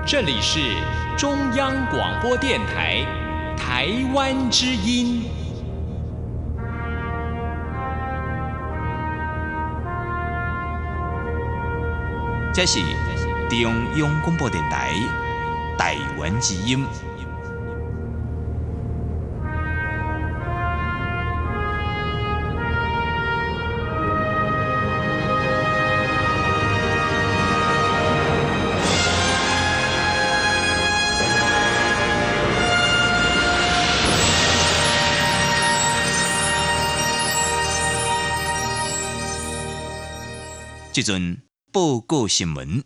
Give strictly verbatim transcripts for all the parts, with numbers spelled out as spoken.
这里是中央广播电台台湾之音。 这是中央广播电台台湾之音。这阵报告新闻。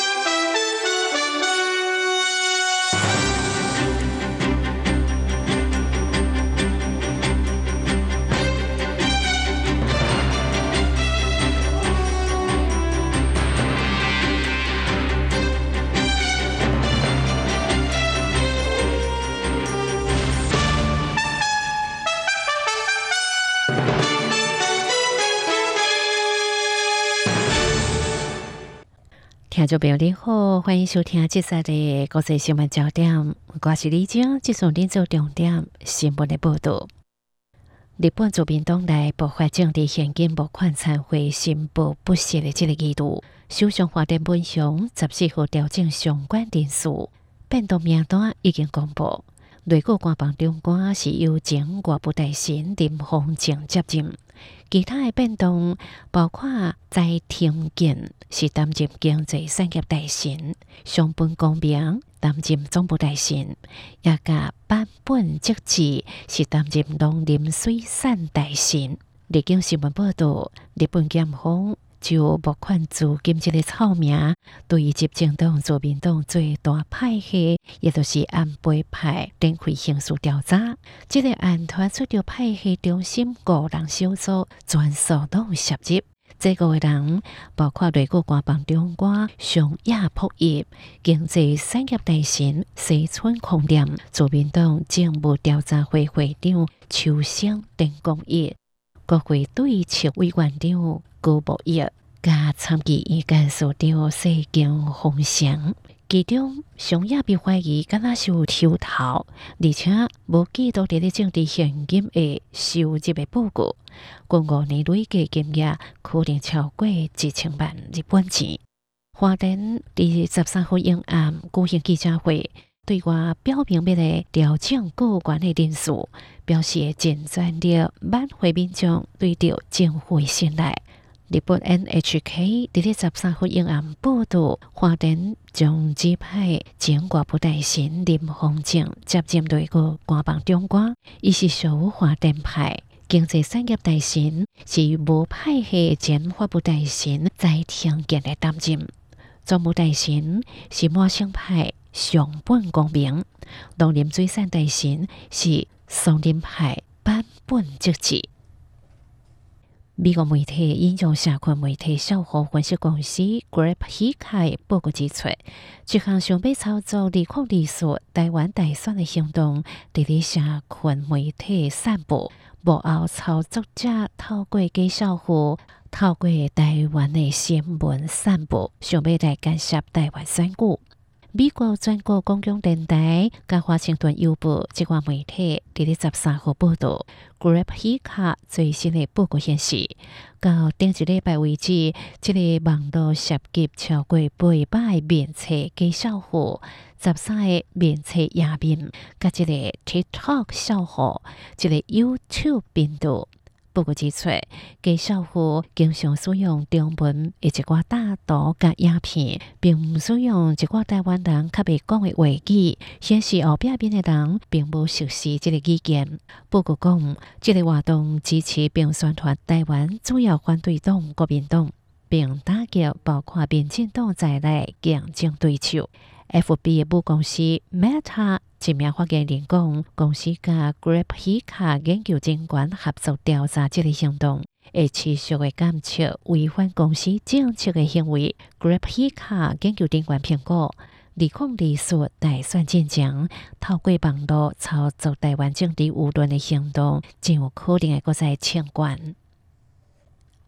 听众朋友你好，欢迎收听这次的国际新闻焦点。我是李晶，接送您做重点新闻的报道。日本自民党内爆发政治现金募款参会申报不实的这个议题，首相华田文雄十四号调整相关人数，变动名单已经公布。内阁官房长官是由前外部大臣林芳正接任。其他的变动包括在听见是担任经济产业大臣，上本公明担任总部大臣，也甲坂本哲志是担任农林水产大臣。日经新闻报道，日本检方就募款资金这个臭名，对执政党自民党最大派系，也就是安倍派展开刑事调查。这个案传出着派系中心五人小组全数都涉入，这五个人包括内阁官房长官上野博一、经济产业大臣西村康稔、自民党政务调查会会长秋生田光一、国会对策委员长高博一，加参议院干事长西京丰祥。其中上野被怀疑敢若是有抽头，而且无记录伫咧政治现金的收入的报告，过五年累计金额可能超过一千万日本钱。华田伫十三号夜暗举行记者会，对外表明要来调整高官的人数，表示尽全力挽回民众对着政府的信赖。日本 N H K 伫咧十三号夜暗报道，华田将指派前外部大臣林芳正接任内阁官房长官，伊是属华田派。经济产业大臣是无派系前法部大臣在听见来担任，总务大臣是麻生派上本公明，农林水产大臣是松林派坂本哲志。美国媒体引用社群媒体售后分析公司 GrabHika 的报告指出，这项想要操作利空利数台湾大选的行动，伫咧社群媒体散布，幕后操作者透过假消息，透过台湾的新闻散布，想要来干涉台湾选举。美国全国公共电台甲华盛顿邮报这款媒体伫咧十三号报道 ，GrabHika 最新的报告显示，到顶一礼拜为止，这个网络涉及超过八百面册假消息，十三个面册页面，甲这个 TikTok 消息，这个 YouTube 频道。报告指出，假消息经常使用中文的一寡大图甲影片，并唔使用一寡台湾人较袂讲的话语，显示后壁边的人并无熟悉这个语言。报告讲，这个活动支持并宣传台湾主要反对党国民党，并打击包括民进党在内竞争对手。F B 的母公司 Meta 一名发言人讲，公司甲 GrabHika 研究人员合作调查这个行动，会持续的监测违反公司政策的行为。GrabHika 研究人员评估，利空利数大选进程透过网络操作台湾政治舆论的行动，真有可能会搁再清关。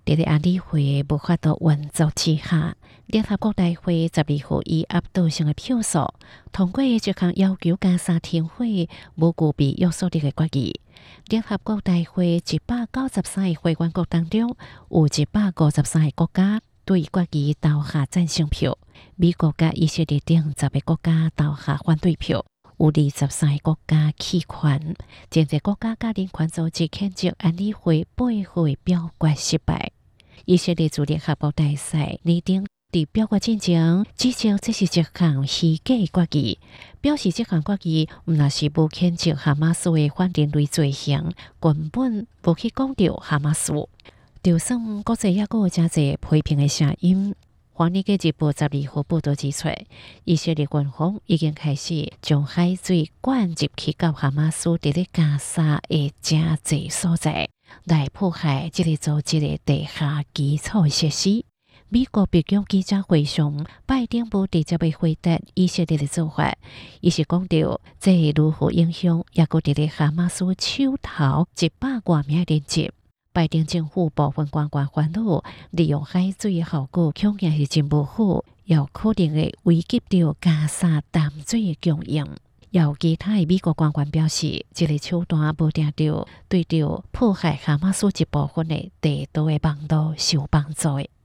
伫咧安理会无法度运作之下，联合国大会十二号以压倒性的票数通过一项要求加沙停火无具备约束力的决议。联合国大会一百九十三个会员国当中，有一百五十三个国家对决议投下赞成票，美国甲以色列等十个国家投下反对票。有二十三个国家弃权，真济国家甲人权组织谴责安理会背后的表决失败。以色列驻联合国大使拟定伫表决进前指责这是一项虚假的决议，表示这项决议毋若是无谴责哈马斯的反人类罪行，根本无去讲到哈马斯。就算国际也有真济批评的声音。华尔街日报十二号报道指出，以色列军方已经开始将海水灌入去到哈马斯伫咧加沙的真济所在，来破坏这个组织的地下基础设施。美国白宫记者会上，拜登无直接的回答以色列的做法，伊是讲到这如何影响，也个伫咧哈马斯手头一百多名人质。拜登政府部分官员烦恼，利用海水的效果恐惊是真无好，有可能会危及到加沙淡水的供应。有其他的美国官员表示，这个手段无定着对着破坏哈马斯一部分的地道的网络受帮助的。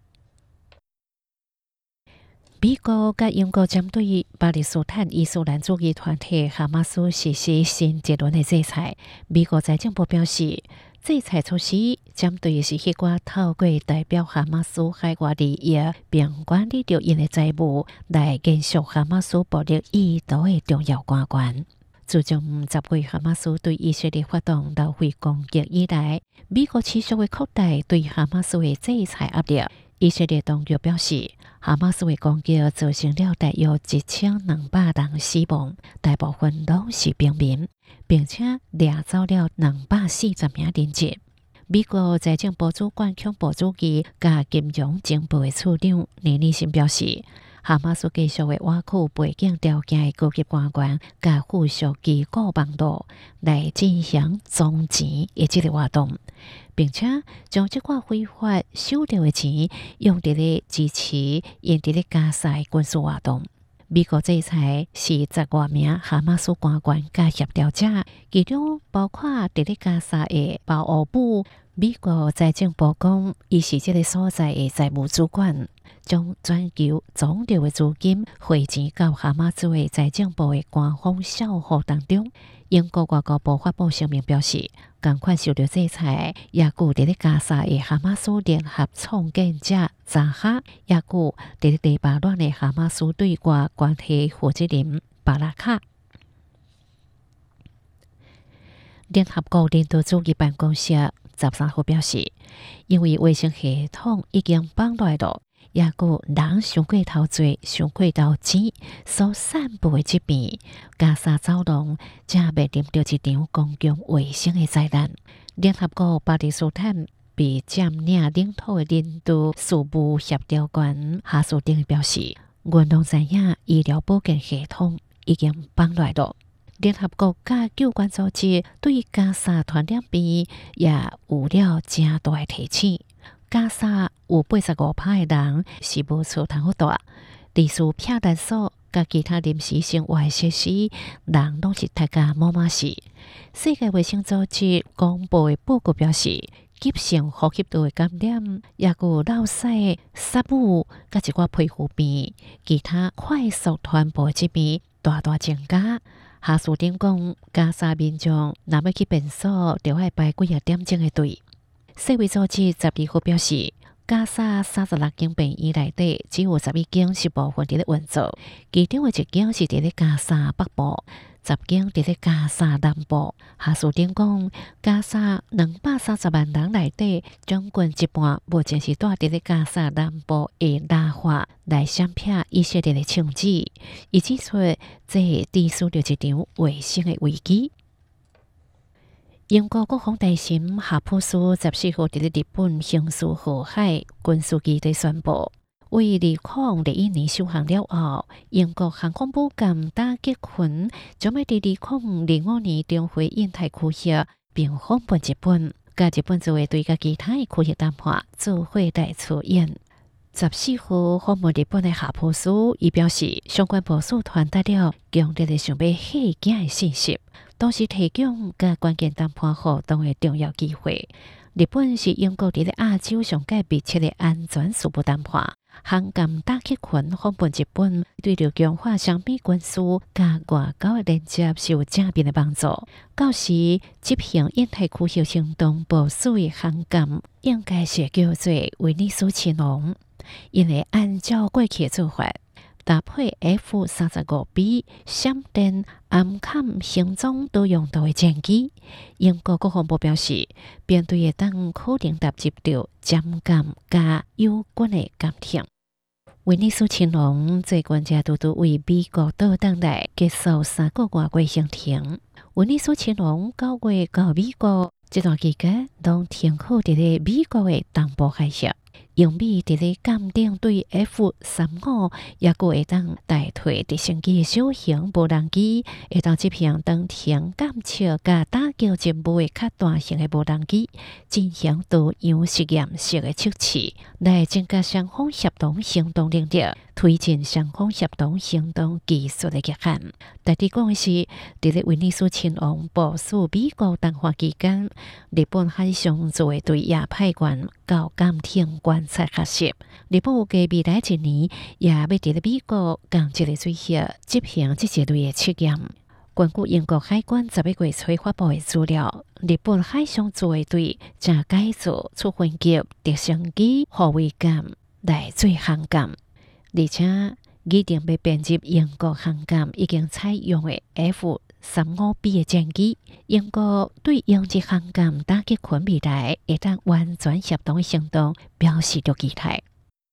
美国甲英国针对巴勒斯坦伊斯兰主义团体哈马斯实施新一轮的制裁。美国财政部表示，制裁措施针对的是迄寡透过代表哈马斯海外利益并管理着因的财务来延续哈马斯暴力意图的重要官员。自从十月哈马斯对以色列发动lau会攻击以来，美国持续的扩大对哈马斯的制裁压力。以色列当局表示，哈马斯的攻击造成了大约一千两百人死亡，大部分拢是平民，并且掠走了两百四十名人质。美国财政部主管恐怖主义甲金融情报的处长尼尼森表示，哈马斯继续的挖苦背景条件的高级官员甲附属机构网络来进行宗钱的这个活动，并且将这款非法收到的钱用伫咧支持因伫咧加沙的军事活动。美国制裁是十多名哈马斯官员甲协调者，其中包括伫咧加沙的保护部。美国财政部讲，伊是这个所在的财务主管，将全球总流的资金汇钱到哈马斯的财政部的官方账户当中。英国外交部发布声明表示，同款受到制裁，也有伫咧加沙的哈马斯联合创建者扎哈，也有伫咧黎巴嫩的哈马斯对外关系负责人巴拉卡。联合国人道主义办公室十三号表示，因为卫生系统已经崩落了，也有人伤过头多、伤过头钱所散布的疾病，加沙走廊正面临着一场公共卫生的灾难。联合国巴勒斯坦被占领领土的人道事务协调官哈苏丁表示，阮拢知影医疗保健系统已经崩落了。联合国甲救援组织对加沙传染病也有了正大的提醒。加沙有八十五%的人是无厝通好住，例如避难所甲其他临时生活设施，人拢是大家冇嘛事。世界卫生组织公布的报告表示，急性呼吸道的感染，也有落屎、沙母甲一寡皮肤病，其他快速传播疾病大大增加。哈苏丁讲，加沙民众若要去便所，就要排几啊点钟的队。世卫组织十二号表示，加沙三十六间病院内底，只有十一间是部分伫咧运作，其中的一间是伫咧加沙北部，十间伫咧加沙南部。哈苏丁讲，加沙两百三十万人内底，将近一半目前是住伫咧加沙南部的拉法来闪避以色列的枪支。伊指出，这致使着一场卫生的危机。英国国防大臣夏普斯十四号伫咧日本刑事河海军事基地宣布，为二零二一年首航了后，英国航空母舰打击群将要伫二零二五年重回印太区域，并访问日本， 甲日本自卫队甲其他的区域谈判做会台出演。十四号访问日本的夏普斯，伊表示，相关部署传达了强烈的想要吓惊的信息，同时提供甲关键谈判活动的重要机会。日本是英国伫咧亚洲上界密切的安全事务谈判。航舰打击群访问日本，对着强化双边军事甲外交的连接是有正面的帮助。到时执行印太区域行动部署的航舰应该是叫做威尼斯亲王，因为按照过去的做法，搭配 F 三十五 B 闪电暗坎形状多用途的战机。英国国防部表示，编队会当可能踏入到战舰加友军的舰艇。威尼斯亲王这军舰拄拄为美国倒转来结束三个月过行程。威尼斯亲王九月到美国这段期间，拢停靠伫咧美国的东部海峡。英美伫咧舰艇对 F 三五，也个会当代替直升机的小型无人机，会当执行当天监测甲打击任务的较大型的无人机，进行多样实验式的测试，来增加双方协同行动能力，推进双方协同行动技术的极限。特地讲的是，伫咧威尼斯亲王部署美国谈判期间，日本海上自卫队也派员到舰艇观察学习。日本有计未来一年也要伫咧美国共一个水域执行这一类的测验。根据英国海关十一月初发布的资料，日本海上自卫队正改造出分级直升机护卫舰来做航舰，而且拟定要编入英国航舰已经采用的 F 三五 B 的战机。英国对英日航舰打击群未来会当完全协同的行动表示着期待。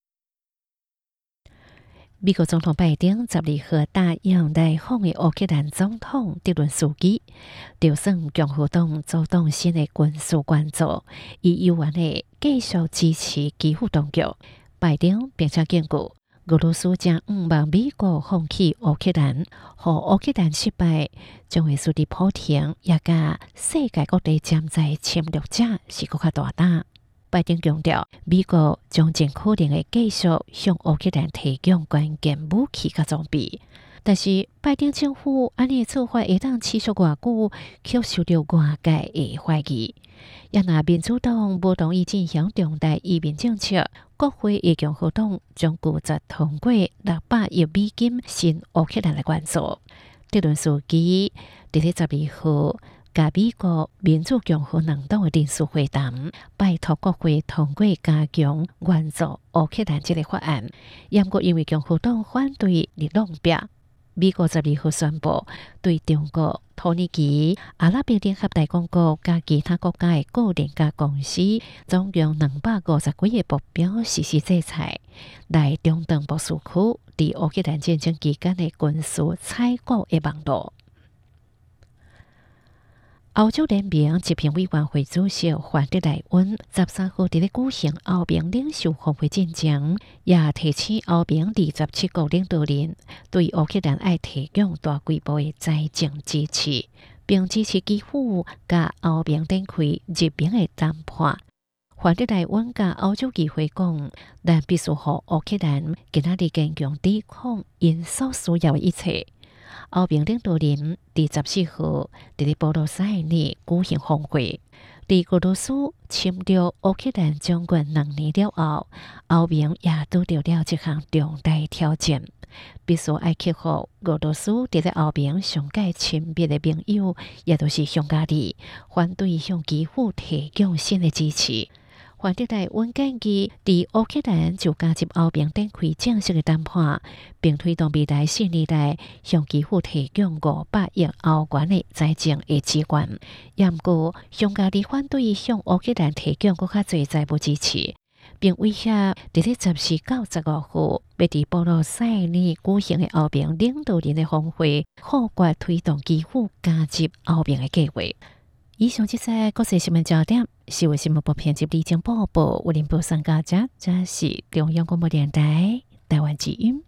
美国总统拜登十二号答应来访的乌克兰总统泽伦斯基，就算共和党主动新的军事援助，以有缘的继续支持基辅当局。拜登并且警告，俄罗斯将毋望美国放弃乌克兰，互乌克兰失败，将会使得普廷也甲世界各地潜在侵略者是更较大胆。拜登强调，美国将尽可能的继续向乌克兰提供关键武器甲装备，但是拜登政府安尼的做法会当持续偌久，却受到外界的怀疑。也若民主党无同意进行重大移民政策，国会与共和党将拒绝通过六百亿美金新乌克兰的援助。泽伦斯基伫咧十二号甲美国民主共和两党的领袖会谈，拜托国会通过加强援助乌克兰这个法案。不过因为共和党反对而弄壁，美国十二号宣布对中国、土耳其、阿拉伯联合大公国甲其他国家的个人甲公司，总共两百五十几个目标实施制裁，来中断波斯区伫乌克兰战争期间的军事采购的网络。欧洲联盟执行委员会主席范德莱恩十三号伫咧举行欧盟领袖峰会进前，也提醒欧盟二十七国领导人对乌克兰爱提供大规模的财政支持，并支持基辅甲欧盟展开入盟的谈判。范德莱恩甲欧洲议会讲，咱必须互乌克兰今仔日坚强抵抗因所需要的一切。欧盟领导人伫十四号伫咧波罗塞尔尼举行峰会。伫俄罗斯侵略乌克兰将近两年了后，欧盟也拄到了一项重大挑战，必须爱克服俄罗斯伫咧欧盟上界亲密的朋友，也就是匈牙利，反对向基辅提供新的支持。范德莱恩建议，伫乌克兰就加入欧盟展开正式的谈判，并推动未来四年内向基辅提供五百亿欧元的财政的支援。也毋过，匈牙利反对向乌克兰提供更较侪财务支持，并威胁伫咧十四到十五号要伫波罗塞尔尼举行的欧盟领导人的峰会，否决推动基辅加入欧盟的计划。以上即些国际新闻焦点，是为新闻部编辑李静播报，为您播送到这，这是中央广播电台台湾之音。